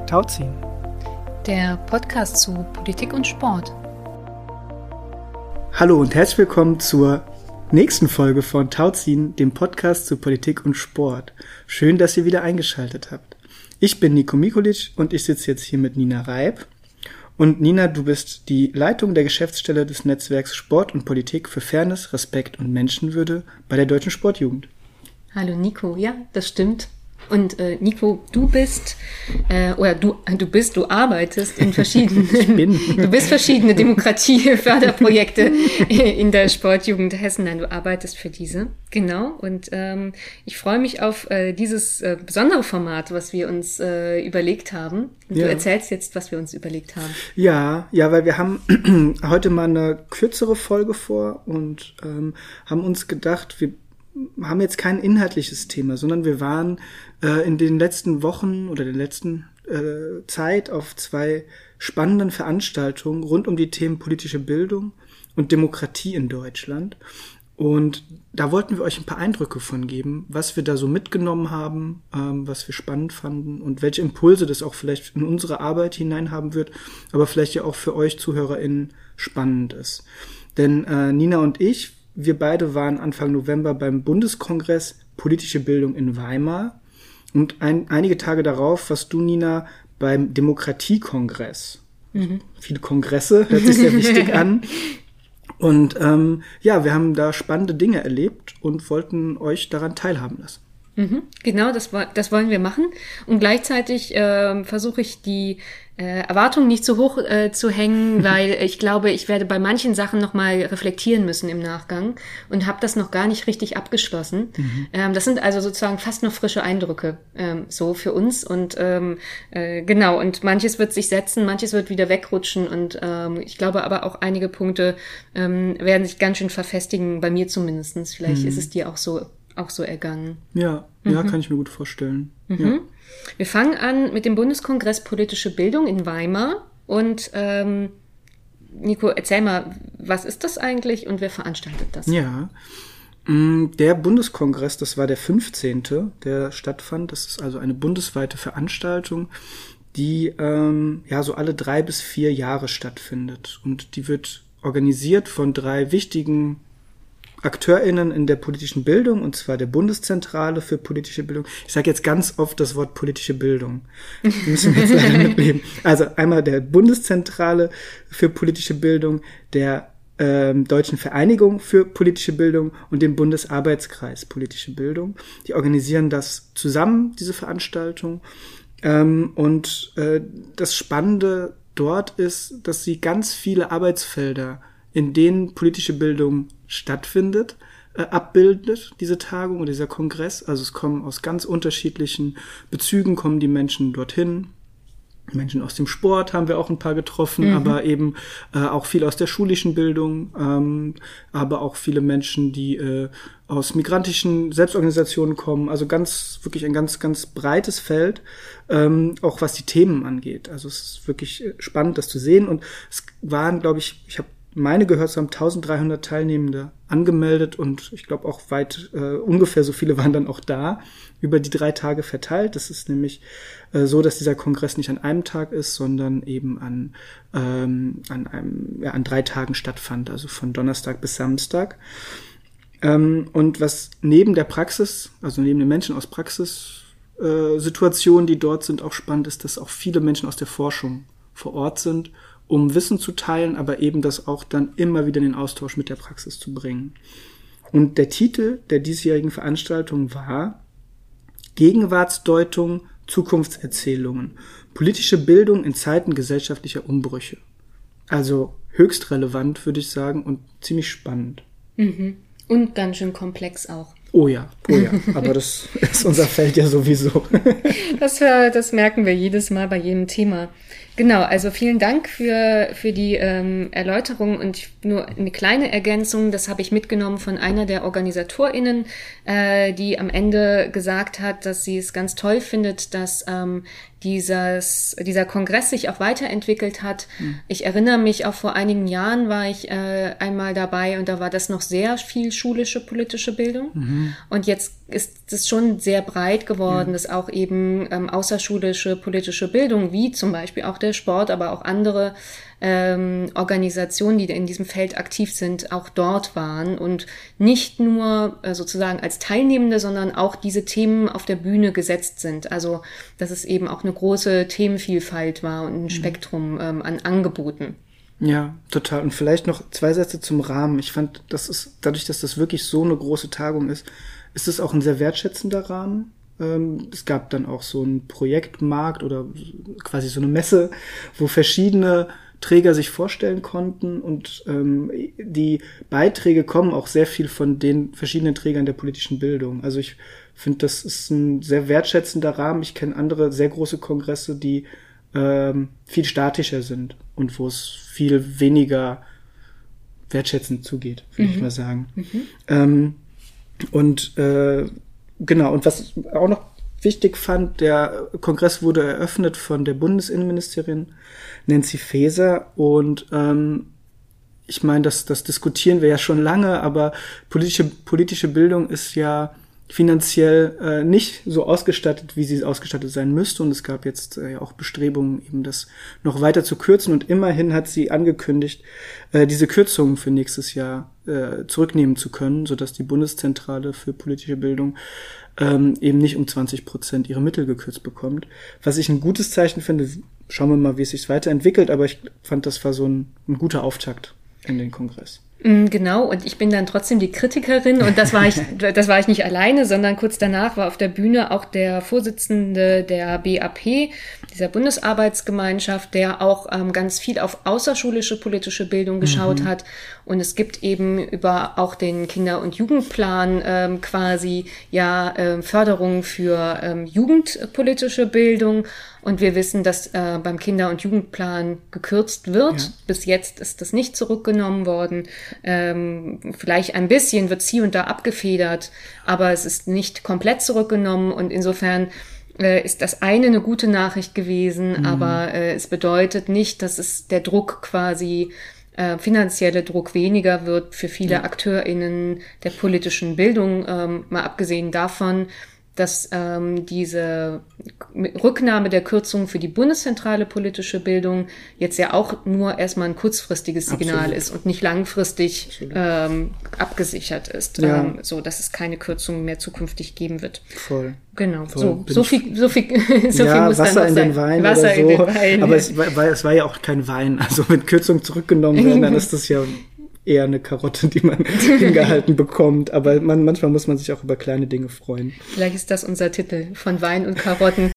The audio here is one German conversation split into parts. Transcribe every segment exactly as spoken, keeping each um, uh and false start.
Tauziehen, der Podcast zu Politik und Sport. Hallo und herzlich willkommen zur nächsten Folge von Tauziehen, dem Podcast zu Politik und Sport. Schön, dass ihr wieder eingeschaltet habt. Ich bin Nico Mikulic und ich sitze jetzt hier mit Nina Reib. Und Nina, du bist die Leitung der Geschäftsstelle des Netzwerks Sport und Politik für Fairness, Respekt und Menschenwürde bei der Deutschen Sportjugend. Hallo Nico, ja, das stimmt. Und äh, Nico, du bist, äh, oder du, du bist, du arbeitest in verschiedenen, ich bin. du bist verschiedene Demokratie-Förderprojekte in der Sportjugend Hessen. Nein, du arbeitest für diese, genau. Und ähm, ich freue mich auf äh, dieses äh, besondere Format, was wir uns äh, überlegt haben. Und ja. Du erzählst jetzt, was wir uns überlegt haben. Ja, ja, weil wir haben heute mal eine kürzere Folge vor und ähm, haben uns gedacht, wir haben jetzt kein inhaltliches Thema, sondern wir waren äh, in den letzten Wochen oder der letzten äh, Zeit auf zwei spannenden Veranstaltungen rund um die Themen politische Bildung und Demokratie in Deutschland. Und da wollten wir euch ein paar Eindrücke von geben, was wir da so mitgenommen haben, ähm, was wir spannend fanden und welche Impulse das auch vielleicht in unsere Arbeit hinein haben wird, aber vielleicht ja auch für euch ZuhörerInnen spannend ist. Denn äh, Nina und ich, wir beide waren Anfang November beim Bundeskongress Politische Bildung in Weimar und ein, einige Tage darauf warst du, Nina, beim Demokratiekongress. Mhm. Viele Kongresse, hört sich sehr wichtig an. Und ähm, ja, wir haben da spannende Dinge erlebt und wollten euch daran teilhaben lassen. Mhm, genau, das, das wollen wir machen. Und gleichzeitig äh, versuche ich die äh, Erwartungen nicht zu hoch äh, zu hängen, weil ich glaube, ich werde bei manchen Sachen nochmal reflektieren müssen im Nachgang und habe das noch gar nicht richtig abgeschlossen. Mhm. Ähm, das sind also sozusagen fast noch frische Eindrücke ähm, so für uns. Und ähm, äh, genau, und manches wird sich setzen, manches wird wieder wegrutschen. Und ähm, ich glaube aber auch einige Punkte ähm, werden sich ganz schön verfestigen, bei mir zumindestens. Vielleicht mhm. ist es dir auch so auch so ergangen. Ja, mhm. ja, kann ich mir gut vorstellen. Mhm. Ja. Wir fangen an mit dem Bundeskongress Politische Bildung in Weimar. Und ähm, Nico, erzähl mal, was ist das eigentlich und wer veranstaltet das? Ja, der Bundeskongress, das war der fünfzehnte, der stattfand. Das ist also eine bundesweite Veranstaltung, die ähm, ja so alle drei bis vier Jahre stattfindet. Und die wird organisiert von drei wichtigen AkteurInnen in der politischen Bildung, und zwar der Bundeszentrale für politische Bildung. Ich sage jetzt ganz oft das Wort politische Bildung. Das müssen wir jetzt leider mitleben. Also einmal der Bundeszentrale für politische Bildung, der ähm, Deutschen Vereinigung für politische Bildung und dem Bundesarbeitskreis politische Bildung. Die organisieren das zusammen, diese Veranstaltung. Ähm, und äh, das Spannende dort ist, dass sie ganz viele Arbeitsfelder, in denen politische Bildung stattfindet, äh, abbildet, diese Tagung oder dieser Kongress. Also es kommen aus ganz unterschiedlichen Bezügen, kommen die Menschen dorthin. Menschen aus dem Sport haben wir auch ein paar getroffen, mhm. aber eben äh, auch viel aus der schulischen Bildung, ähm, aber auch viele Menschen, die äh, aus migrantischen Selbstorganisationen kommen. Also ganz, wirklich ein ganz, ganz breites Feld, ähm, auch was die Themen angeht. Also es ist wirklich spannend, das zu sehen. Und es waren, glaube ich, ich habe meine gehört zu haben dreizehnhundert Teilnehmende angemeldet und ich glaube auch weit, äh, ungefähr so viele waren dann auch da, über die drei Tage verteilt. Das ist nämlich äh, so, dass dieser Kongress nicht an einem Tag ist, sondern eben an, ähm, an einem, ja, an drei Tagen stattfand, also von Donnerstag bis Samstag. Ähm, und was neben der Praxis, also neben den Menschen aus Praxissituationen, äh, die dort sind, auch spannend ist, dass auch viele Menschen aus der Forschung vor Ort sind, um Wissen zu teilen, aber eben das auch dann immer wieder in den Austausch mit der Praxis zu bringen. Und der Titel der diesjährigen Veranstaltung war Gegenwartsdeutung, Zukunftserzählungen, politische Bildung in Zeiten gesellschaftlicher Umbrüche. Also höchst relevant, würde ich sagen, und ziemlich spannend. Mhm. Und ganz schön komplex auch. Oh ja, oh ja, aber das ist unser Feld ja sowieso. Das, das merken wir jedes Mal bei jedem Thema. Genau, also vielen Dank für für die ähm, Erläuterung und nur eine kleine Ergänzung, das habe ich mitgenommen von einer der OrganisatorInnen, äh, die am Ende gesagt hat, dass sie es ganz toll findet, dass ähm, dieses, dieser Kongress sich auch weiterentwickelt hat. Mhm. Ich erinnere mich, auch vor einigen Jahren war ich äh, einmal dabei und da war das noch sehr viel schulische politische Bildung. Mhm. Und jetzt ist es schon sehr breit geworden, mhm. dass auch eben ähm, außerschulische politische Bildung, wie zum Beispiel auch der Sport, aber auch andere ähm, Organisationen, die in diesem Feld aktiv sind, auch dort waren und nicht nur äh, sozusagen als Teilnehmende, sondern auch diese Themen auf der Bühne gesetzt sind. Also, dass es eben auch eine große Themenvielfalt war und ein mhm. Spektrum ähm, an Angeboten. Ja, total. Und vielleicht noch zwei Sätze zum Rahmen. Ich fand, das ist, dadurch, dass das wirklich so eine große Tagung ist, ist es auch ein sehr wertschätzender Rahmen. Ähm, es gab dann auch so einen Projektmarkt oder quasi so eine Messe, wo verschiedene Träger sich vorstellen konnten und ähm, die Beiträge kommen auch sehr viel von den verschiedenen Trägern der politischen Bildung. Also ich finde, das ist ein sehr wertschätzender Rahmen. Ich kenne andere sehr große Kongresse, die ähm, viel statischer sind und wo es viel weniger wertschätzend zugeht, würde mhm. ich mal sagen. Mhm. Ähm, und äh, genau, und was ich auch noch wichtig fand, der Kongress wurde eröffnet von der Bundesinnenministerin Nancy Faeser und ähm, ich meine, das, das diskutieren wir ja schon lange, aber politische, politische Bildung ist ja finanziell äh, nicht so ausgestattet, wie sie ausgestattet sein müsste und es gab jetzt äh, auch Bestrebungen, eben das noch weiter zu kürzen und immerhin hat sie angekündigt, äh, diese Kürzungen für nächstes Jahr äh, zurücknehmen zu können, sodass die Bundeszentrale für politische Bildung ähm, eben nicht um zwanzig Prozent ihre Mittel gekürzt bekommt. Was ich ein gutes Zeichen finde, schauen wir mal, wie es sich weiterentwickelt, aber ich fand, das war so ein, ein guter Auftakt in den Kongress. Genau, und ich bin dann trotzdem die Kritikerin und das war ich, das war ich nicht alleine, sondern kurz danach war auf der Bühne auch der Vorsitzende der B A P, dieser Bundesarbeitsgemeinschaft, der auch ähm, ganz viel auf außerschulische politische Bildung geschaut mhm. hat. Und es gibt eben über auch den Kinder- und Jugendplan ähm, quasi ja ähm, Förderung für ähm, jugendpolitische Bildung. Und wir wissen, dass äh, beim Kinder- und Jugendplan gekürzt wird. Ja. Bis jetzt ist das nicht zurückgenommen worden. Ähm, vielleicht ein bisschen wird hier und da abgefedert, aber es ist nicht komplett zurückgenommen. Und insofern äh, ist das eine eine gute Nachricht gewesen, mhm. aber äh, es bedeutet nicht, dass es der Druck quasi äh, finanzielle Druck weniger wird für viele ja. AkteurInnen der politischen Bildung, ähm, mal abgesehen davon, dass ähm, diese Rücknahme der Kürzung für die Bundeszentrale politische Bildung jetzt ja auch nur erstmal ein kurzfristiges Signal Absolut. Ist und nicht langfristig ähm, abgesichert ist, ja. ähm, so dass es keine Kürzungen mehr zukünftig geben wird. Voll. Genau. Voll. So, so viel, so viel, so ja, viel muss Wasser dann noch in sein. den Wein Wasser oder so. in den Wein. Aber es war, es war ja auch kein Wein. Also wenn Kürzungen zurückgenommen werden, dann ist das ja eher eine Karotte, die man hingehalten bekommt. Aber man, manchmal muss man sich auch über kleine Dinge freuen. Vielleicht ist das unser Titel, von Wein und Karotten.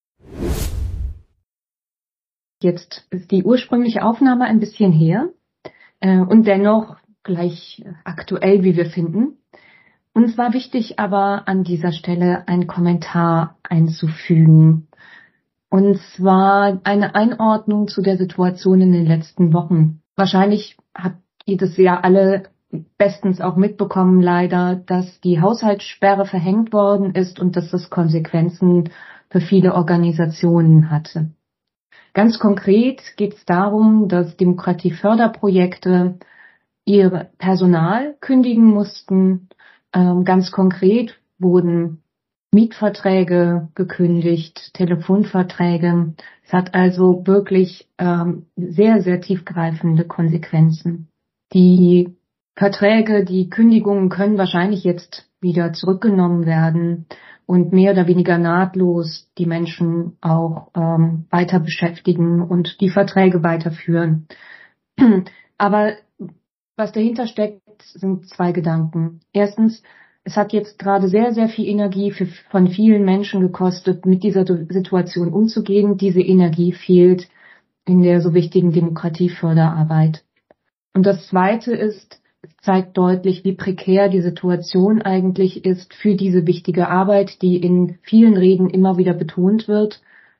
Jetzt ist die ursprüngliche Aufnahme ein bisschen her äh, und dennoch gleich aktuell, wie wir finden. Uns war wichtig, aber an dieser Stelle einen Kommentar einzufügen. Und zwar eine Einordnung zu der Situation in den letzten Wochen. Wahrscheinlich habt ihr das ja alle bestens auch mitbekommen, leider, dass die Haushaltssperre verhängt worden ist und dass das Konsequenzen für viele Organisationen hatte. Ganz konkret geht es darum, dass Demokratieförderprojekte ihr Personal kündigen mussten. Ähm, ganz konkret wurden Mietverträge gekündigt, Telefonverträge. Es hat also wirklich ähm, sehr, sehr tiefgreifende Konsequenzen. Die Verträge, die Kündigungen können wahrscheinlich jetzt wieder zurückgenommen werden und mehr oder weniger nahtlos die Menschen auch ähm, weiter beschäftigen und die Verträge weiterführen. Aber was dahinter steckt, sind zwei Gedanken. Erstens, es hat jetzt gerade sehr, sehr viel Energie für, von vielen Menschen gekostet, mit dieser Situation umzugehen. Diese Energie fehlt in der so wichtigen Demokratieförderarbeit. Und das Zweite ist, es zeigt deutlich, wie prekär die Situation eigentlich ist für diese wichtige Arbeit, die in vielen Reden immer wieder betont wird.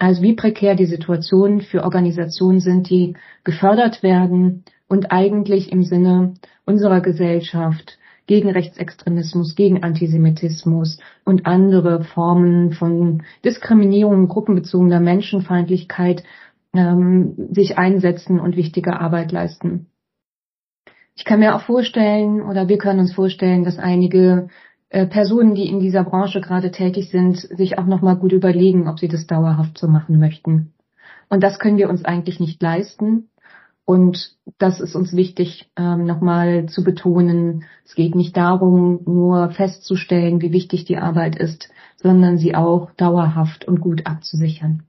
Also wie prekär die Situationen für Organisationen sind, die gefördert werden und eigentlich im Sinne unserer Gesellschaft gegen Rechtsextremismus, gegen Antisemitismus und andere Formen von Diskriminierung, gruppenbezogener Menschenfeindlichkeit ähm, sich einsetzen und wichtige Arbeit leisten. Ich kann mir auch vorstellen, oder wir können uns vorstellen, dass einige äh, Personen, die in dieser Branche gerade tätig sind, sich auch nochmal gut überlegen, ob sie das dauerhaft so machen möchten. Und das können wir uns eigentlich nicht leisten. Und das ist uns wichtig, ähm, nochmal zu betonen. Es geht nicht darum, nur festzustellen, wie wichtig die Arbeit ist, sondern sie auch dauerhaft und gut abzusichern.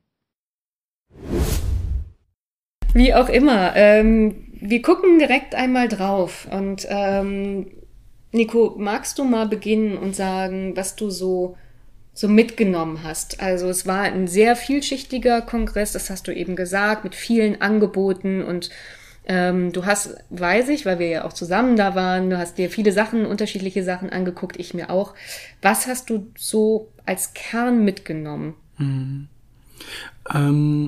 Wie auch immer. Ähm, wir gucken direkt einmal drauf. Und ähm, Nico, magst du mal beginnen und sagen, was du so so mitgenommen hast? Also es war ein sehr vielschichtiger Kongress, das hast du eben gesagt, mit vielen Angeboten und ähm, du hast, weiß ich, weil wir ja auch zusammen da waren, du hast dir viele Sachen, unterschiedliche Sachen angeguckt, ich mir auch. Was hast du so als Kern mitgenommen? Mhm. Ähm,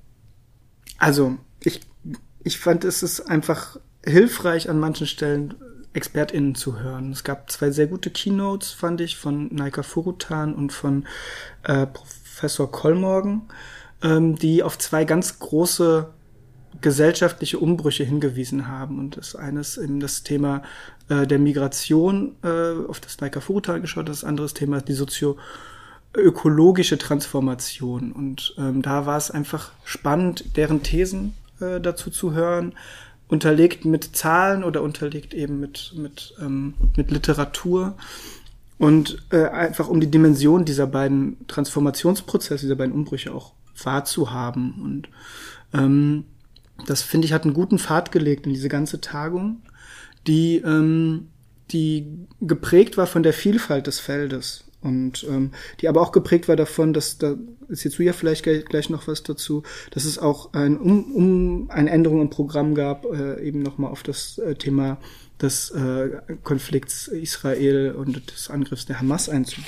also ich, ich fand, es ist einfach hilfreich an manchen Stellen, ExpertInnen zu hören. Es gab zwei sehr gute Keynotes, fand ich, von Naika Furutan und von äh, Professor Kollmorgen, ähm, die auf zwei ganz große gesellschaftliche Umbrüche hingewiesen haben. Und das eine ist eben das Thema äh, der Migration, äh, auf das Naika Furutan geschaut, das andere Thema die sozioökologische Transformation. Und ähm, da war es einfach spannend, deren Thesen äh, dazu zu hören, unterlegt mit Zahlen oder unterlegt eben mit mit ähm, mit Literatur und äh, einfach um die Dimension dieser beiden Transformationsprozesse, dieser beiden Umbrüche auch wahrzuhaben. Und ähm, das, finde ich, hat einen guten Pfad gelegt in diese ganze Tagung, die ähm, die geprägt war von der Vielfalt des Feldes und ähm, die aber auch geprägt war davon, dass, da ist jetzt ja vielleicht gleich, gleich noch was dazu, dass es auch ein, um, um eine Änderung im Programm gab, äh, eben nochmal auf das äh, Thema des äh, Konflikts Israel und des Angriffs der Hamas einzugehen.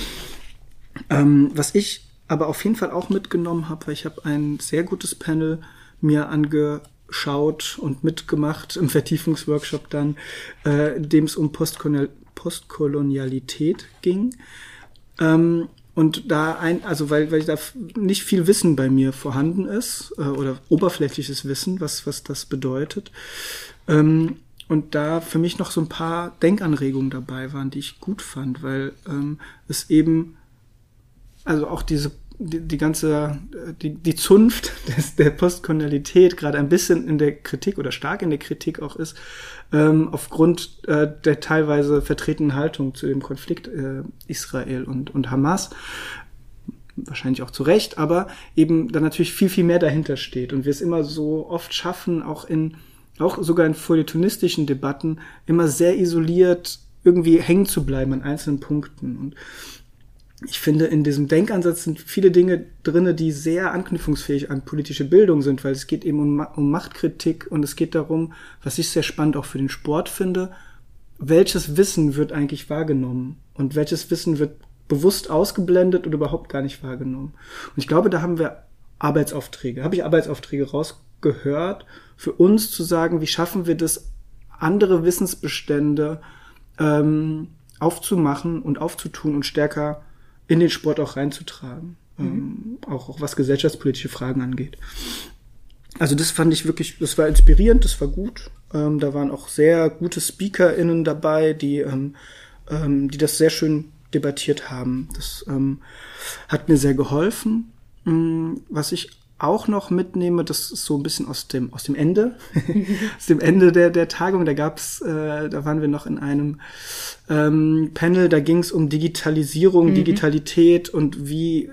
Ähm, was ich aber auf jeden Fall auch mitgenommen habe, weil ich habe ein sehr gutes Panel mir angeschaut und mitgemacht im Vertiefungsworkshop dann, äh, in dem es um Postkolonial Postkolonialität ging. Ähm, und da ein, also weil, weil da nicht viel Wissen bei mir vorhanden ist, äh, oder oberflächliches Wissen, was, was das bedeutet. Ähm, und da für mich noch so ein paar Denkanregungen dabei waren, die ich gut fand, weil ähm, es eben, also auch diese Die, die ganze, die, die Zunft des, der Postkolonialität gerade ein bisschen in der Kritik oder stark in der Kritik auch ist, ähm, aufgrund äh, der teilweise vertretenen Haltung zu dem Konflikt äh, Israel und, und Hamas. Wahrscheinlich auch zu Recht, aber eben dann natürlich viel, viel mehr dahinter steht und wir es immer so oft schaffen, auch in, auch sogar in feuilletonistischen Debatten, immer sehr isoliert irgendwie hängen zu bleiben an einzelnen Punkten. Und ich finde, in diesem Denkansatz sind viele Dinge drinne, die sehr anknüpfungsfähig an politische Bildung sind, weil es geht eben um, um Machtkritik und es geht darum, was ich sehr spannend auch für den Sport finde, welches Wissen wird eigentlich wahrgenommen und welches Wissen wird bewusst ausgeblendet oder überhaupt gar nicht wahrgenommen. Und ich glaube, da haben wir Arbeitsaufträge, habe ich Arbeitsaufträge rausgehört, für uns zu sagen, wie schaffen wir das, andere Wissensbestände ähm, aufzumachen und aufzutun und stärker in den Sport auch reinzutragen, mhm. ähm, auch, auch was gesellschaftspolitische Fragen angeht. Also das fand ich wirklich, das war inspirierend, das war gut. Ähm, da waren auch sehr gute SpeakerInnen dabei, die, ähm, ähm, die das sehr schön debattiert haben. Das ähm, hat mir sehr geholfen. Ähm, was ich auch noch mitnehme, das ist so ein bisschen aus dem aus dem Ende, aus dem Ende der der Tagung. Da gab's, äh, da waren wir noch in einem ähm, Panel. Da ging es um Digitalisierung, mhm. Digitalität und wie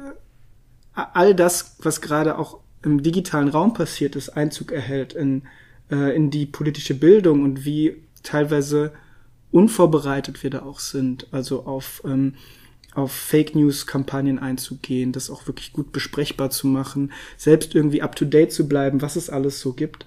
all das, was gerade auch im digitalen Raum passiert ist, Einzug erhält in äh, in die politische Bildung und wie teilweise unvorbereitet wir da auch sind. Also auf ähm, auf Fake-News-Kampagnen einzugehen, das auch wirklich gut besprechbar zu machen, selbst irgendwie up-to-date zu bleiben, was es alles so gibt.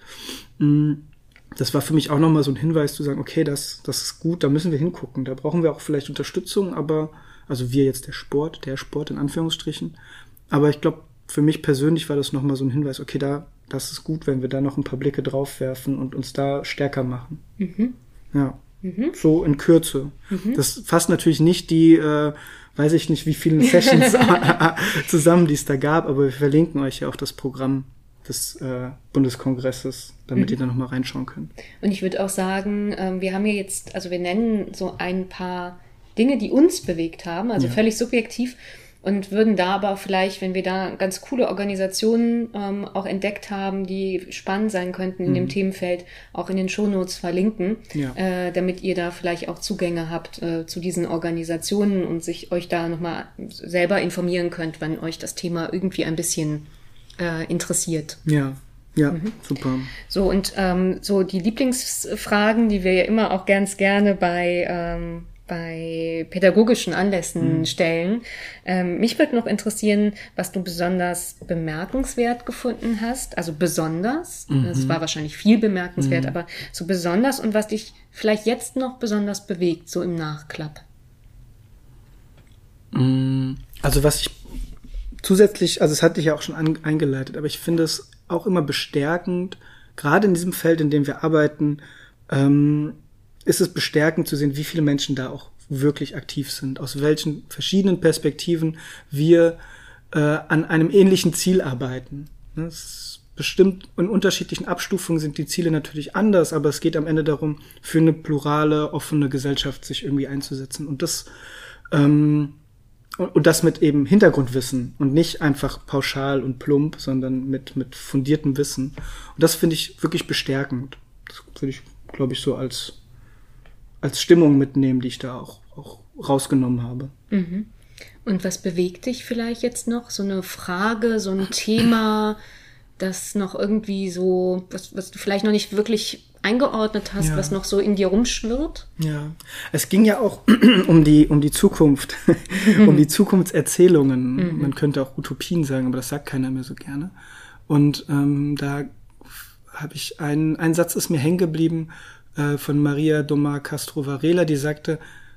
Das war für mich auch nochmal so ein Hinweis zu sagen, okay, das, das ist gut, da müssen wir hingucken, da brauchen wir auch vielleicht Unterstützung, aber, also wir jetzt der Sport, der Sport in Anführungsstrichen, aber ich glaube, für mich persönlich war das nochmal so ein Hinweis, okay, da, das ist gut, wenn wir da noch ein paar Blicke drauf werfen und uns da stärker machen. Mhm. Ja, mhm. So in Kürze. Mhm. Das fasst natürlich nicht die, äh, weiß ich nicht, wie vielen Sessions zusammen, die es da gab, aber wir verlinken euch ja auch das Programm des äh, Bundeskongresses, damit mhm. ihr da nochmal reinschauen könnt. Und ich würde auch sagen, ähm, wir haben ja jetzt, also wir nennen so ein paar Dinge, die uns bewegt haben, also ja. völlig subjektiv, und würden da aber vielleicht, wenn wir da ganz coole Organisationen ähm, auch entdeckt haben, die spannend sein könnten in mhm. dem Themenfeld, auch in den Shownotes verlinken, ja. äh, damit ihr da vielleicht auch Zugänge habt äh, zu diesen Organisationen und sich euch da nochmal selber informieren könnt, wenn euch das Thema irgendwie ein bisschen äh, interessiert. Ja, ja, mhm. super. So, und ähm, so die Lieblingsfragen, die wir ja immer auch ganz gerne bei ähm, bei pädagogischen Anlässen mhm. stellen. Ähm, mich würde noch interessieren, was du besonders bemerkenswert gefunden hast. Also besonders, mhm. das war wahrscheinlich viel bemerkenswert, mhm. aber so besonders und was dich vielleicht jetzt noch besonders bewegt, so im Nachklapp. Also was ich zusätzlich, also es hatte ich ja auch schon an, eingeleitet, aber ich finde es auch immer bestärkend, gerade in diesem Feld, in dem wir arbeiten, ähm, ist es bestärkend zu sehen, wie viele Menschen da auch wirklich aktiv sind, aus welchen verschiedenen Perspektiven wir äh, an einem ähnlichen Ziel arbeiten. Das ist bestimmt in unterschiedlichen Abstufungen sind die Ziele natürlich anders, aber es geht am Ende darum, für eine plurale, offene Gesellschaft sich irgendwie einzusetzen. Und das ähm, und, und das mit eben Hintergrundwissen und nicht einfach pauschal und plump, sondern mit mit fundiertem Wissen. Und das finde ich wirklich bestärkend. Das würde ich, glaube ich, so als als Stimmung mitnehmen, die ich da auch, auch rausgenommen habe. Mhm. Und was bewegt dich vielleicht jetzt noch? So eine Frage, so ein Thema, das noch irgendwie so, was, was du vielleicht noch nicht wirklich eingeordnet hast, ja. was noch so in dir rumschwirrt? Ja, es ging ja auch um die, um die Zukunft, um die Zukunftserzählungen. Mhm. Man könnte auch Utopien sagen, aber das sagt keiner mehr so gerne. Und ähm, da habe ich einen, ein Satz ist mir hängen geblieben, von Maria Doma Castro Varela, die sagte,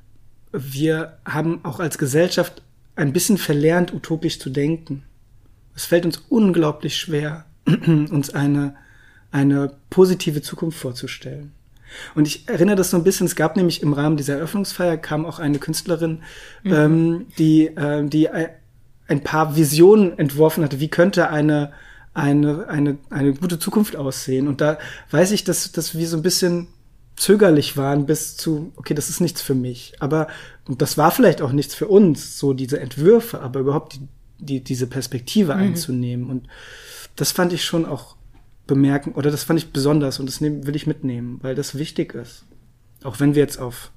wir haben auch als Gesellschaft ein bisschen verlernt, utopisch zu denken. Es fällt uns unglaublich schwer, uns eine, eine positive Zukunft vorzustellen. Und ich erinnere das so ein bisschen, es gab nämlich im Rahmen dieser Eröffnungsfeier kam auch eine Künstlerin, mhm. ähm, die, äh, die ein paar Visionen entworfen hatte, wie könnte eine eine eine eine gute Zukunft aussehen. Und da weiß ich, dass dass wir so ein bisschen zögerlich waren bis zu, okay, das ist nichts für mich. Aber, und das war vielleicht auch nichts für uns, so diese Entwürfe, aber überhaupt die, die, diese Perspektive mhm. einzunehmen. Und das fand ich schon auch bemerkend, oder das fand ich besonders und das nehm, will ich mitnehmen, weil das wichtig ist. Auch wenn wir jetzt auf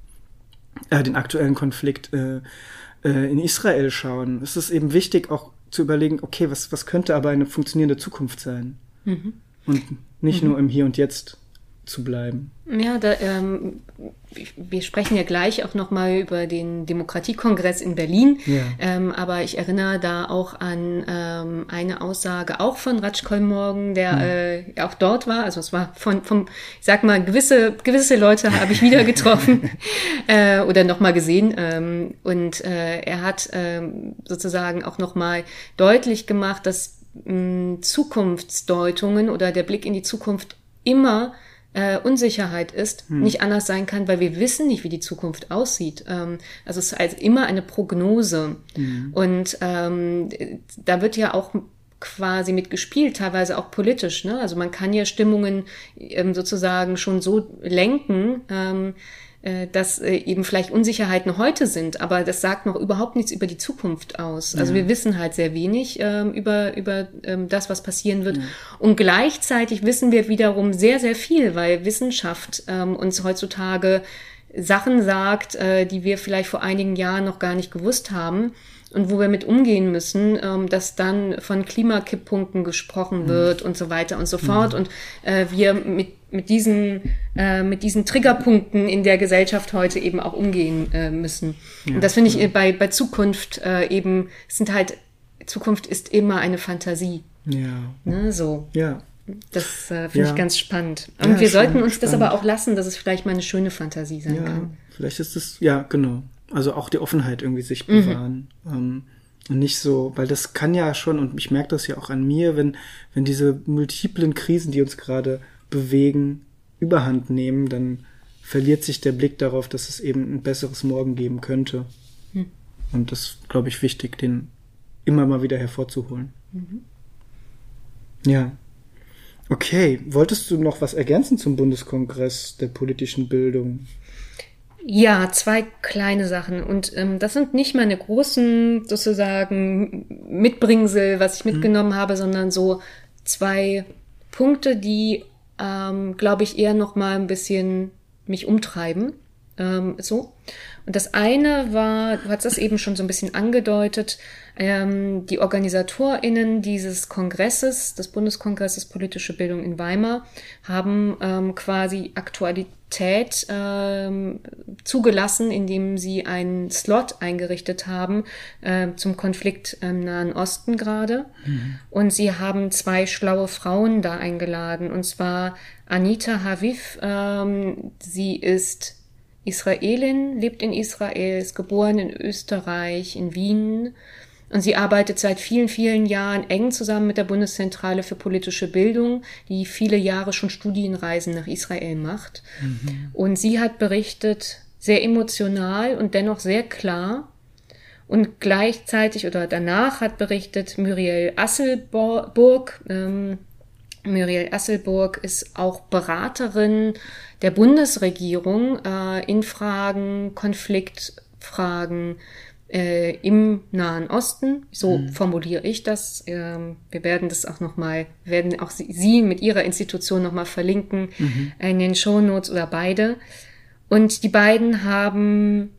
äh, den aktuellen Konflikt äh, äh, in Israel schauen, ist es eben wichtig, auch zu überlegen, okay, was, was könnte aber eine funktionierende Zukunft sein? Mhm. Und nicht mhm. nur im Hier und Jetzt zu bleiben. Ja, da, ähm, wir sprechen ja gleich auch nochmal über den Demokratiekongress in Berlin, ja. ähm, aber ich erinnere da auch an ähm, eine Aussage auch von Raj Kolmorgen, der mhm. äh, auch dort war, also es war von, vom, ich sag mal, gewisse gewisse Leute habe ich wieder getroffen äh, oder nochmal gesehen ähm, und äh, er hat ähm, sozusagen auch nochmal deutlich gemacht, dass mh, Zukunftsdeutungen oder der Blick in die Zukunft immer Äh, Unsicherheit ist, hm. nicht anders sein kann, weil wir wissen nicht, wie die Zukunft aussieht. Ähm, also es ist also immer eine Prognose. Hm. Und ähm, da wird ja auch quasi mitgespielt, teilweise auch politisch. Ne? Also man kann ja Stimmungen ähm, sozusagen schon so lenken, ähm, äh, dass äh, eben vielleicht Unsicherheiten heute sind, aber das sagt noch überhaupt nichts über die Zukunft aus. Also ja. wir wissen halt sehr wenig ähm, über über ähm, das, was passieren wird. Ja. Und gleichzeitig wissen wir wiederum sehr, sehr viel, weil Wissenschaft ähm, uns heutzutage Sachen sagt, äh, die wir vielleicht vor einigen Jahren noch gar nicht gewusst haben. Und wo wir mit umgehen müssen, ähm, dass dann von Klimakipppunkten gesprochen wird mhm. und so weiter und so fort. Mhm. Und äh, wir mit mit diesen äh, mit diesen Triggerpunkten in der Gesellschaft heute eben auch umgehen äh, müssen. Ja. Und das finde ich bei bei Zukunft äh, eben, es sind halt, Zukunft ist immer eine Fantasie. Ja. Ne, so. Ja. Das äh, finde ja. ich ganz spannend. Und ja, wir sollten uns spannend. das aber auch lassen, dass es vielleicht mal eine schöne Fantasie sein ja, kann. Vielleicht ist es, ja, genau. Also auch die Offenheit irgendwie sich bewahren. Mhm. Ähm, Und nicht so, weil das kann ja schon, und ich merke das ja auch an mir, wenn, wenn diese multiplen Krisen, die uns gerade bewegen, Überhand nehmen, dann verliert sich der Blick darauf, dass es eben ein besseres Morgen geben könnte. Hm. Und das ist, glaube ich, wichtig, den immer mal wieder hervorzuholen. Mhm. Ja. Okay, wolltest du noch was ergänzen zum Bundeskongress der politischen Bildung? Ja, zwei kleine Sachen. Und ähm, das sind nicht meine großen, sozusagen, Mitbringsel, was ich mitgenommen mhm. habe, sondern so zwei Punkte, die, ähm, glaube ich, eher noch mal ein bisschen mich umtreiben. Ähm, so. Und das eine war, du hast das eben schon so ein bisschen angedeutet, ähm, die OrganisatorInnen dieses Kongresses, des Bundeskongresses Politische Bildung in Weimar, haben ähm, quasi Aktualität ähm, zugelassen, indem sie einen Slot eingerichtet haben äh, zum Konflikt im Nahen Osten gerade. Mhm. Und sie haben zwei schlaue Frauen da eingeladen, und zwar Anita Haviv, ähm, sie ist Israelin, lebt in Israel, ist geboren in Österreich, in Wien, und sie arbeitet seit vielen, vielen Jahren eng zusammen mit der Bundeszentrale für politische Bildung, die viele Jahre schon Studienreisen nach Israel macht. Mhm. Und sie hat berichtet, sehr emotional und dennoch sehr klar, und gleichzeitig oder danach hat berichtet Muriel Asselburg. Ähm, Muriel Asselburg ist auch Beraterin der Bundesregierung äh, in Fragen, Konfliktfragen äh, im Nahen Osten. So mhm. formuliere ich das. Ähm, wir werden das auch nochmal, werden auch sie, sie mit ihrer Institution nochmal verlinken mhm. in den Shownotes oder beide. Und die beiden haben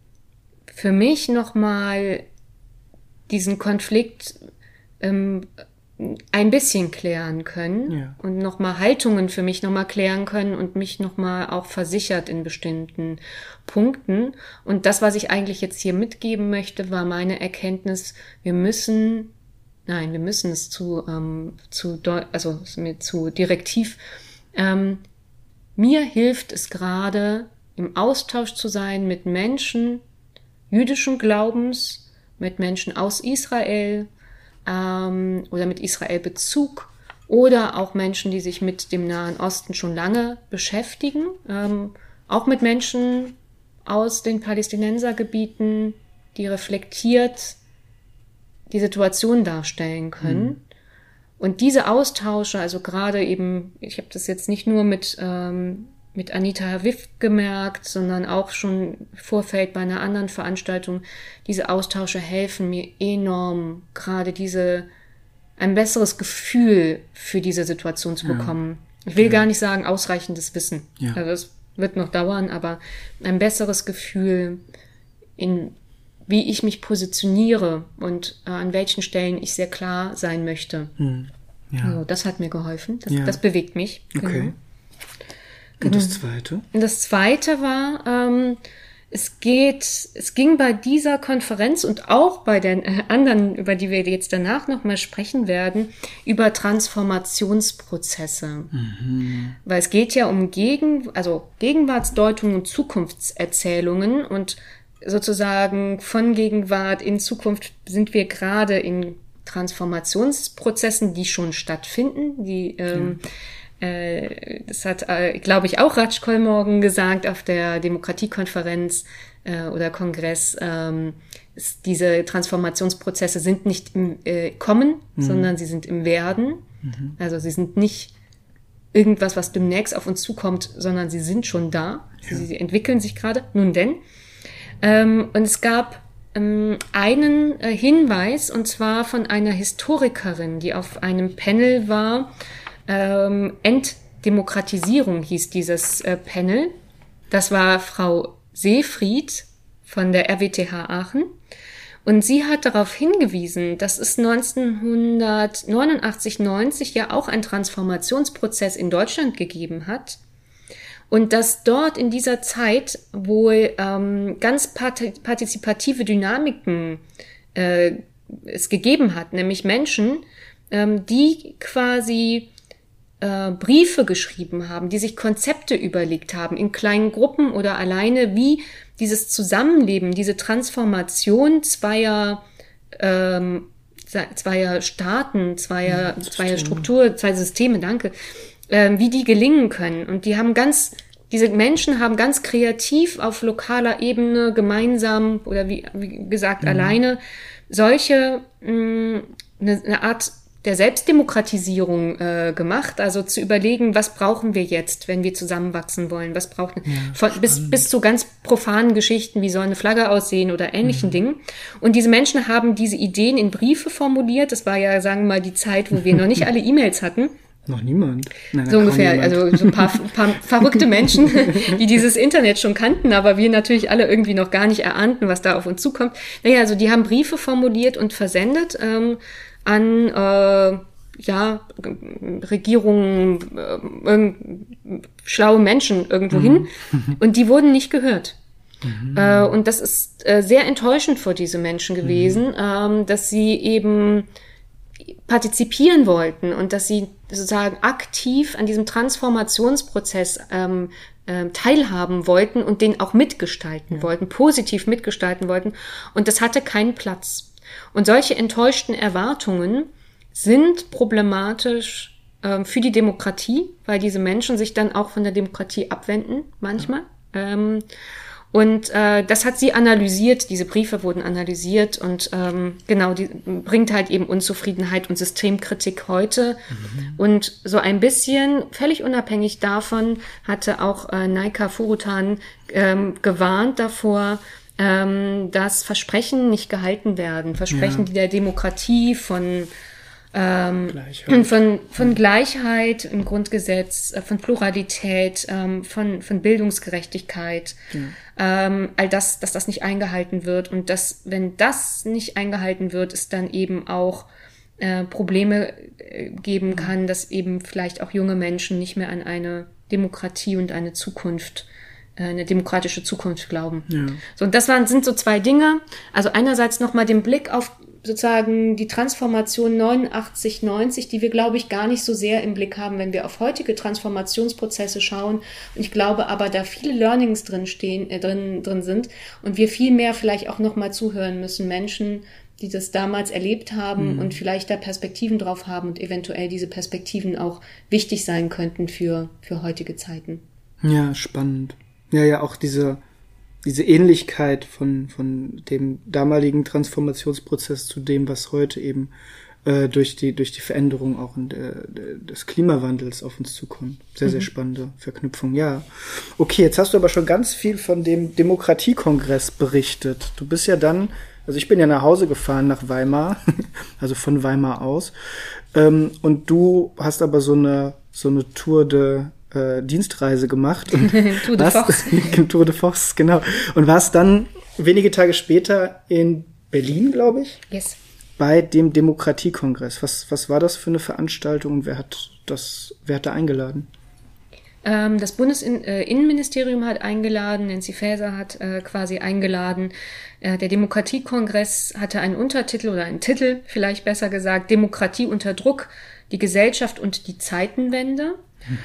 für mich nochmal diesen Konflikt ähm, ein bisschen klären können ja. und nochmal Haltungen für mich nochmal klären können und mich nochmal auch versichert in bestimmten Punkten. Und das, was ich eigentlich jetzt hier mitgeben möchte, war meine Erkenntnis, wir müssen, nein, wir müssen es zu, ähm, zu, also zu direktiv, ähm, mir hilft es gerade, im Austausch zu sein mit Menschen jüdischen Glaubens, mit Menschen aus Israel, Ähm, oder mit Israel-Bezug oder auch Menschen, die sich mit dem Nahen Osten schon lange beschäftigen, ähm, auch mit Menschen aus den Palästinensergebieten, die reflektiert die Situation darstellen können. Mhm. Und diese Austausche, also gerade eben, ich habe das jetzt nicht nur mit ähm, mit Anita Haviv gemerkt, sondern auch schon im Vorfeld bei einer anderen Veranstaltung. Diese Austausche helfen mir enorm, gerade diese, ein besseres Gefühl für diese Situation zu bekommen. Ja. Ich will ja. gar nicht sagen, ausreichendes Wissen. Ja. Also das wird noch dauern, aber ein besseres Gefühl in, wie ich mich positioniere und äh, an welchen Stellen ich sehr klar sein möchte. Hm. Ja. Also das hat mir geholfen. Das, ja. das bewegt mich. Okay. Genau. Und das Zweite? Das Zweite war, ähm, es geht, es ging bei dieser Konferenz und auch bei den äh, anderen, über die wir jetzt danach nochmal sprechen werden, über Transformationsprozesse. Mhm. Weil es geht ja um Gegen, also Gegenwartsdeutungen und Zukunftserzählungen, und sozusagen von Gegenwart in Zukunft sind wir gerade in Transformationsprozessen, die schon stattfinden, die ähm, ja. Das hat, glaube ich, auch Raj Kolmorgen gesagt auf der Demokratiekonferenz äh, oder Kongress. Ähm, ist, diese Transformationsprozesse sind nicht im äh, Kommen, mhm. sondern sie sind im Werden. Mhm. Also sie sind nicht irgendwas, was demnächst auf uns zukommt, sondern sie sind schon da. Ja. Sie, sie entwickeln sich gerade. Nun denn. Ähm, und es gab ähm, einen äh, Hinweis, und zwar von einer Historikerin, die auf einem Panel war. Ähm, Entdemokratisierung hieß dieses äh, Panel. Das war Frau Seefried von der R W T H Aachen. Und sie hat darauf hingewiesen, dass es neunzehnhundertneunundachtzig, neunzig ja auch einen Transformationsprozess in Deutschland gegeben hat. Und dass dort in dieser Zeit wohl ähm, ganz partizipative Dynamiken äh, es gegeben hat, nämlich Menschen, ähm, die quasi Briefe geschrieben haben, die sich Konzepte überlegt haben, in kleinen Gruppen oder alleine, wie dieses Zusammenleben, diese Transformation zweier ähm, zweier Staaten, zweier, zweier Struktur, zwei Systeme, danke, ähm, wie die gelingen können. Und die haben ganz, diese Menschen haben ganz kreativ auf lokaler Ebene gemeinsam oder wie, wie gesagt mhm. alleine solche mh, eine, eine Art der Selbstdemokratisierung äh, gemacht, also zu überlegen, was brauchen wir jetzt, wenn wir zusammenwachsen wollen, was brauchen ja, von, bis bis zu ganz profanen Geschichten, wie soll eine Flagge aussehen oder ähnlichen mhm. Dingen. Und diese Menschen haben diese Ideen in Briefe formuliert. Das war ja, sagen wir mal, die Zeit, wo wir noch nicht alle E-Mails hatten. Noch niemand. Nein, so ungefähr, also so ein paar, paar verrückte Menschen, die dieses Internet schon kannten, aber wir natürlich alle irgendwie noch gar nicht erahnten, was da auf uns zukommt. Naja, also die haben Briefe formuliert und versendet ähm, an äh, ja Regierungen, äh, schlaue Menschen irgendwohin mhm. und die wurden nicht gehört. Mhm. Äh, und das ist äh, sehr enttäuschend für diese Menschen gewesen, mhm. ähm, dass sie eben partizipieren wollten und dass sie sozusagen aktiv an diesem Transformationsprozess ähm, äh, teilhaben wollten und den auch mitgestalten ja. wollten, positiv mitgestalten wollten. Und das hatte keinen Platz. Und solche enttäuschten Erwartungen sind problematisch ähm, für die Demokratie, weil diese Menschen sich dann auch von der Demokratie abwenden, manchmal. Ja. Ähm, und äh, das hat sie analysiert, diese Briefe wurden analysiert und ähm, genau, die bringt halt eben Unzufriedenheit und Systemkritik heute. Mhm. Und so ein bisschen, völlig unabhängig davon, hatte auch äh, Naika Furutan ähm, gewarnt davor, ähm, dass Versprechen nicht gehalten werden. Versprechen ja. der Demokratie von ähm, Gleichheit. von von Gleichheit im Grundgesetz, äh, von Pluralität, ähm, von von Bildungsgerechtigkeit, ja. ähm, all das, dass das nicht eingehalten wird und dass, wenn das nicht eingehalten wird, es dann eben auch äh, Probleme äh, geben kann, dass eben vielleicht auch junge Menschen nicht mehr an eine Demokratie und eine Zukunft eine demokratische Zukunft glauben. Ja. So, und das waren, sind so zwei Dinge. Also einerseits nochmal den Blick auf sozusagen die Transformation neunundachtzig, neunzig, die wir, glaube ich, gar nicht so sehr im Blick haben, wenn wir auf heutige Transformationsprozesse schauen. Und ich glaube aber, da viele Learnings drin stehen, äh, drin, drin sind und wir viel mehr vielleicht auch nochmal zuhören müssen. Menschen, die das damals erlebt haben mhm. und vielleicht da Perspektiven drauf haben und eventuell diese Perspektiven auch wichtig sein könnten für, für heutige Zeiten. Ja, spannend. Ja, ja, auch diese, diese Ähnlichkeit von, von dem damaligen Transformationsprozess zu dem, was heute eben äh, durch die, durch die Veränderung auch in der, der, des Klimawandels auf uns zukommt. Sehr, mhm. sehr spannende Verknüpfung, ja. Okay, jetzt hast du aber schon ganz viel von dem Demokratiekongress berichtet. Du bist ja dann, also ich bin ja nach Hause gefahren nach Weimar, also von Weimar aus, ähm, und du hast aber so eine, so eine Tour de Dienstreise gemacht. Und Tour de Force. Tour de Force, genau. Und warst dann wenige Tage später in Berlin, glaube ich. Yes. Bei dem Demokratiekongress. Was, was war das für eine Veranstaltung und wer hat das, wer hat da eingeladen? Ähm, das Bundesinnenministerium hat eingeladen, Nancy Faeser hat äh, quasi eingeladen. Äh, der Demokratiekongress hatte einen Untertitel oder einen Titel, vielleicht besser gesagt, Demokratie unter Druck, die Gesellschaft und die Zeitenwende.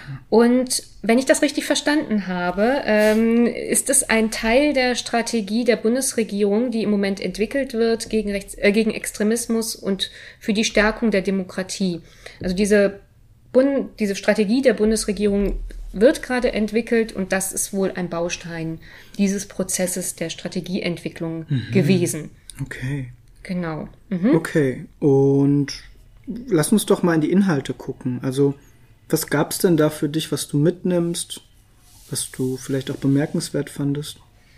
Und wenn ich das richtig verstanden habe, ähm, ist es ein Teil der Strategie der Bundesregierung, die im Moment entwickelt wird gegen Rechts, äh, gegen Extremismus und für die Stärkung der Demokratie. Also diese Bund, diese Strategie der Bundesregierung wird gerade entwickelt und das ist wohl ein Baustein dieses Prozesses der Strategieentwicklung mhm. gewesen. Okay. Genau. Mhm. Okay. Und lass uns doch mal in die Inhalte gucken. Also was gab's denn da für dich, was du mitnimmst, was du vielleicht auch bemerkenswert fandest?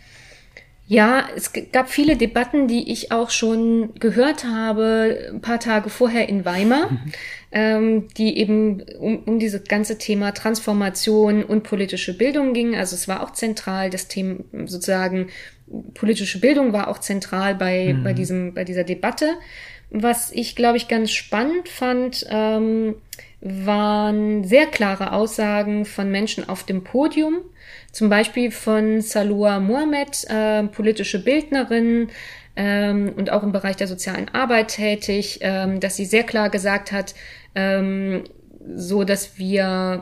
Ja, es gab viele Debatten, die ich auch schon gehört habe, ein paar Tage vorher in Weimar, mhm. ähm, die eben um, um dieses ganze Thema Transformation und politische Bildung ging. Also es war auch zentral, das Thema sozusagen politische Bildung war auch zentral bei, mhm. bei diesem, bei dieser Debatte. Was ich, glaube ich, ganz spannend fand, ähm, waren sehr klare Aussagen von Menschen auf dem Podium, zum Beispiel von Saloua Mohammed, äh, politische Bildnerin ähm, und auch im Bereich der sozialen Arbeit tätig, ähm, dass sie sehr klar gesagt hat, ähm, so dass wir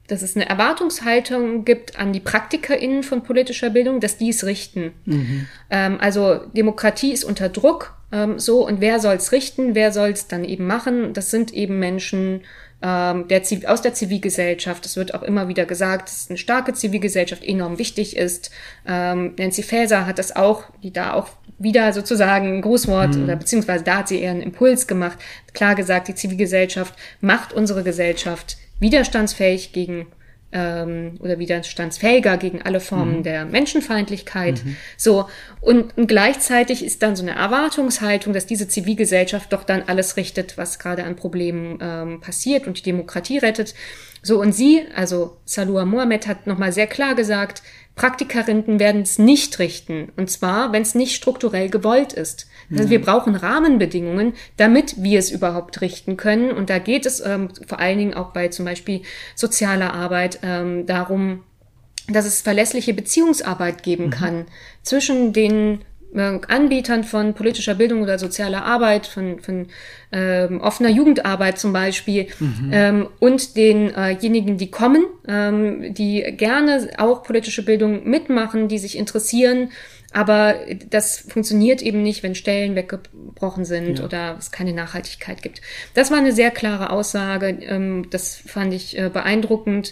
dass es eine Erwartungshaltung gibt an die PraktikerInnen von politischer Bildung, dass die es richten. Mhm. Ähm, also Demokratie ist unter Druck, ähm, so, und wer soll es richten, wer soll es dann eben machen? Das sind eben Menschen ähm, der, aus der Zivilgesellschaft. Es wird auch immer wieder gesagt, dass eine starke Zivilgesellschaft enorm wichtig ist. Ähm, Nancy Faeser hat das auch, die da auch wieder sozusagen ein Grußwort, mhm. oder beziehungsweise da hat sie eher einen Impuls gemacht, klar gesagt, die Zivilgesellschaft macht unsere Gesellschaft widerstandsfähig gegen ähm, oder widerstandsfähiger gegen alle Formen mhm. der Menschenfeindlichkeit. Mhm. So, und, und gleichzeitig ist dann so eine Erwartungshaltung, dass diese Zivilgesellschaft doch dann alles richtet, was gerade an Problemen ähm, passiert und die Demokratie rettet. So, und sie, also Saloua Mohammed, hat nochmal sehr klar gesagt, Praktikerinnen werden es nicht richten. Und zwar, wenn es nicht strukturell gewollt ist. Also wir brauchen Rahmenbedingungen, damit wir es überhaupt richten können. Und da geht es ähm, vor allen Dingen auch bei zum Beispiel sozialer Arbeit ähm, darum, dass es verlässliche Beziehungsarbeit geben mhm. kann zwischen den äh, Anbietern von politischer Bildung oder sozialer Arbeit, von, von ähm, offener Jugendarbeit zum Beispiel, mhm. ähm, und denjenigen, äh die kommen, ähm, die gerne auch politische Bildung mitmachen, die sich interessieren. Aber das funktioniert eben nicht, wenn Stellen weggebrochen sind ja. oder es keine Nachhaltigkeit gibt. Das war eine sehr klare Aussage. Ähm, das fand ich äh, beeindruckend.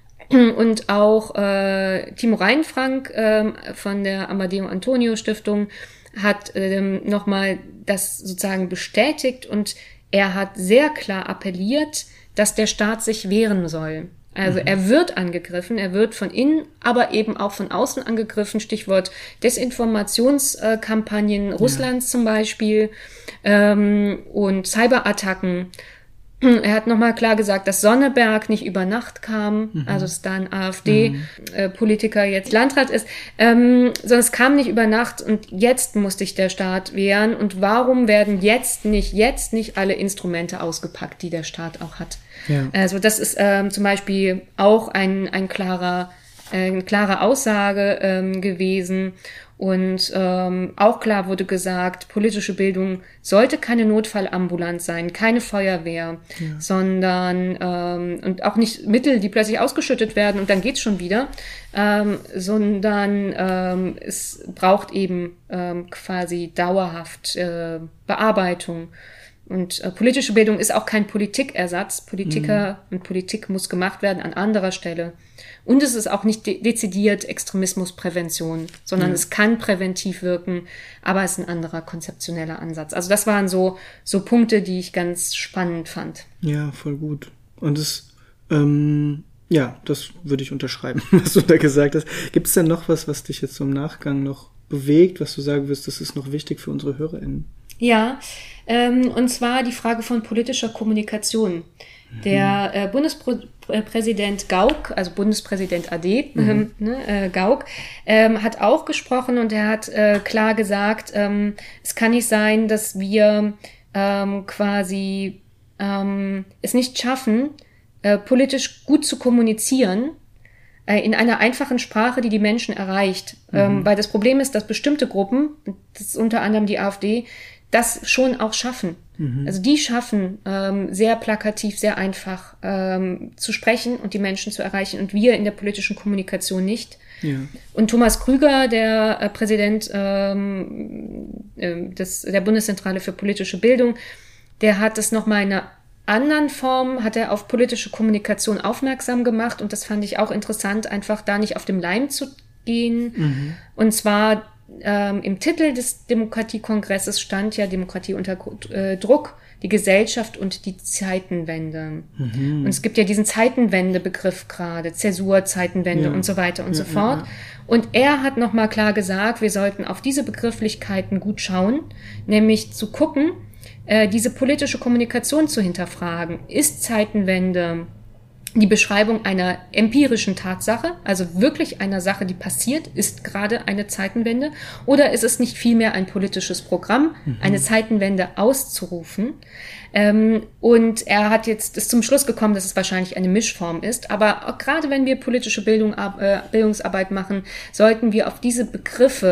Und auch äh, Timo Reinfrank ähm, von der Amadeo Antonio Stiftung hat ähm, nochmal das sozusagen bestätigt, und er hat sehr klar appelliert, dass der Staat sich wehren soll. Also mhm. er wird angegriffen, er wird von innen, aber eben auch von außen angegriffen. Stichwort Desinformationskampagnen ja. Russlands zum Beispiel ähm, und Cyberattacken. Er hat nochmal klar gesagt, dass Sonneberg nicht über Nacht kam, mhm. also dass da ein AfD-Politiker mhm. äh, jetzt Landrat ist, ähm, sondern es kam nicht über Nacht, und jetzt muss sich der Staat wehren. Und warum werden jetzt nicht, jetzt nicht alle Instrumente ausgepackt, die der Staat auch hat? Ja. Also das ist ähm, zum Beispiel auch ein, ein klarer, äh, eine klare Aussage ähm, gewesen. Und ähm, auch klar wurde gesagt, politische Bildung sollte keine Notfallambulanz sein, keine Feuerwehr, ja. sondern ähm, und auch nicht Mittel, die plötzlich ausgeschüttet werden und dann geht's schon wieder, ähm, sondern ähm, es braucht eben ähm, quasi dauerhaft äh, Bearbeitung. Und äh, politische Bildung ist auch kein Politikersatz. Politiker mhm. und Politik muss gemacht werden an anderer Stelle. Und es ist auch nicht de- dezidiert Extremismusprävention, sondern mhm. es kann präventiv wirken, aber es ist ein anderer konzeptioneller Ansatz. Also das waren so so Punkte, die ich ganz spannend fand. Ja, voll gut. Und es, ähm, ja, das würde ich unterschreiben, was du da gesagt hast. Gibt es denn noch was, was dich jetzt so im Nachgang noch bewegt, was du sagen wirst, das ist noch wichtig für unsere HörerInnen? Ja, ähm, und zwar die Frage von politischer Kommunikation. Der äh, Bundespräsident Gauck, also Bundespräsident A D, mhm. ähm, ne, äh, Gauck, ähm, hat auch gesprochen, und er hat äh, klar gesagt, ähm, es kann nicht sein, dass wir ähm, quasi ähm, es nicht schaffen, äh, politisch gut zu kommunizieren, äh, in einer einfachen Sprache, die die Menschen erreicht. Mhm. Ähm, weil das Problem ist, dass bestimmte Gruppen, das ist unter anderem die AfD, das schon auch schaffen. Mhm. Also die schaffen, ähm, sehr plakativ, sehr einfach ähm, zu sprechen und die Menschen zu erreichen, und wir in der politischen Kommunikation nicht. Ja. Und Thomas Krüger, der äh, Präsident ähm, äh, des, der Bundeszentrale für politische Bildung, der hat das nochmal in einer anderen Form, hat er auf politische Kommunikation aufmerksam gemacht, und das fand ich auch interessant, einfach da nicht auf dem Leim zu gehen. Mhm. Und zwar Ähm, im Titel des Demokratiekongresses stand ja Demokratie unter äh, Druck, die Gesellschaft und die Zeitenwende. Mhm. Und es gibt ja diesen Zeitenwende-Begriff gerade, Zäsur, Zeitenwende ja. und so weiter und ja, so fort. Ja, ja. Und er hat nochmal klar gesagt, wir sollten auf diese Begrifflichkeiten gut schauen, nämlich zu gucken, äh, diese politische Kommunikation zu hinterfragen. Ist Zeitenwende die Beschreibung einer empirischen Tatsache, also wirklich einer Sache, die passiert, ist gerade eine Zeitenwende, oder ist es nicht vielmehr ein politisches Programm, mhm. eine Zeitenwende auszurufen? Ähm, und er hat jetzt ist zum Schluss gekommen, dass es wahrscheinlich eine Mischform ist, aber auch gerade wenn wir politische Bildung, äh, Bildungsarbeit machen, sollten wir auf diese Begriffe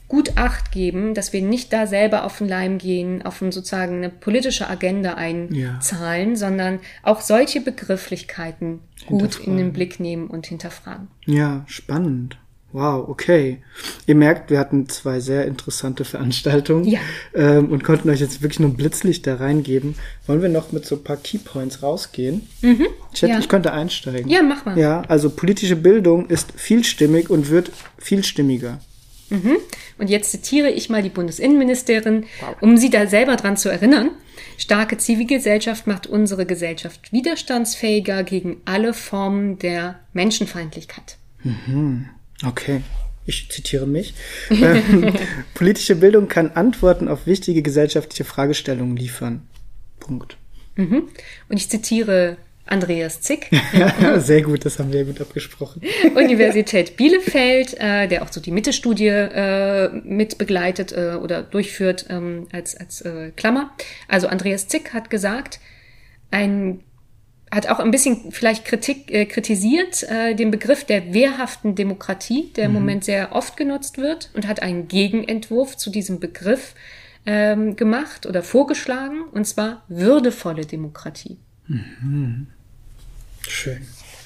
gut Acht geben, dass wir nicht da selber auf den Leim gehen, auf ein, sozusagen eine politische Agenda einzahlen, ja. sondern auch solche Begrifflichkeiten gut in den Blick nehmen und hinterfragen. Ja, spannend. Wow, okay. Ihr merkt, wir hatten zwei sehr interessante Veranstaltungen ja. ähm, und konnten euch jetzt wirklich nur ein Blitzlicht da reingeben. Wollen wir noch mit so ein paar Keypoints rausgehen? Mhm, ich, hätte, ja. ich könnte einsteigen. Ja, mach mal. Ja, also politische Bildung ist vielstimmig und wird vielstimmiger. Mhm. Und jetzt zitiere ich mal die Bundesinnenministerin, wow. um sie da selber dran zu erinnern. Starke Zivilgesellschaft macht unsere Gesellschaft widerstandsfähiger gegen alle Formen der Menschenfeindlichkeit. Mhm. Okay, ich zitiere mich. ähm, politische Bildung kann Antworten auf wichtige gesellschaftliche Fragestellungen liefern. Punkt. Mhm. Und ich zitiere Andreas Zick. Ja, sehr gut, das haben wir gut abgesprochen. Universität Bielefeld, äh, der auch so die Mitte-Studie äh, mit begleitet äh, oder durchführt ähm, als, als äh, Klammer. Also Andreas Zick hat gesagt, ein hat auch ein bisschen vielleicht Kritik äh, kritisiert, äh, den Begriff der wehrhaften Demokratie, der im mhm. Moment sehr oft genutzt wird, und hat einen Gegenentwurf zu diesem Begriff ähm, gemacht oder vorgeschlagen, und zwar würdevolle Demokratie. Mhm. Schön.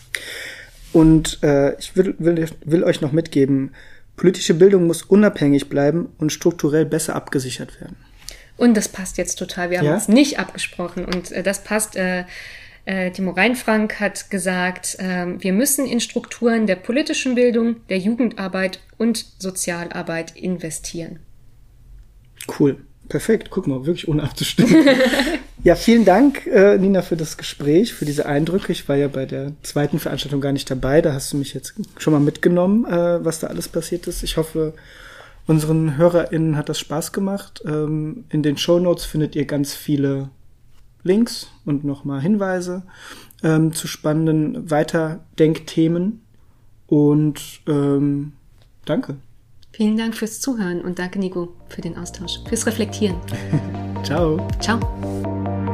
Und äh, ich will, will, will euch noch mitgeben, politische Bildung muss unabhängig bleiben und strukturell besser abgesichert werden. Und das passt jetzt total. Wir haben ja? uns nicht abgesprochen, und äh, das passt. Äh, Äh, Timo Reinfrank hat gesagt, äh, wir müssen in Strukturen der politischen Bildung, der Jugendarbeit und Sozialarbeit investieren. Cool. Perfekt. Guck mal, wirklich ohne abzustimmen. Ja, vielen Dank, äh, Nina, für das Gespräch, für diese Eindrücke. Ich war ja bei der zweiten Veranstaltung gar nicht dabei. Da hast du mich jetzt schon mal mitgenommen, äh, was da alles passiert ist. Ich hoffe, unseren HörerInnen hat das Spaß gemacht. Ähm, in den Shownotes findet ihr ganz viele Links und nochmal Hinweise ähm, zu spannenden Weiterdenkthemen. Und ähm, danke. Vielen Dank fürs Zuhören und danke, Nico, für den Austausch, fürs Reflektieren. Ciao. Ciao.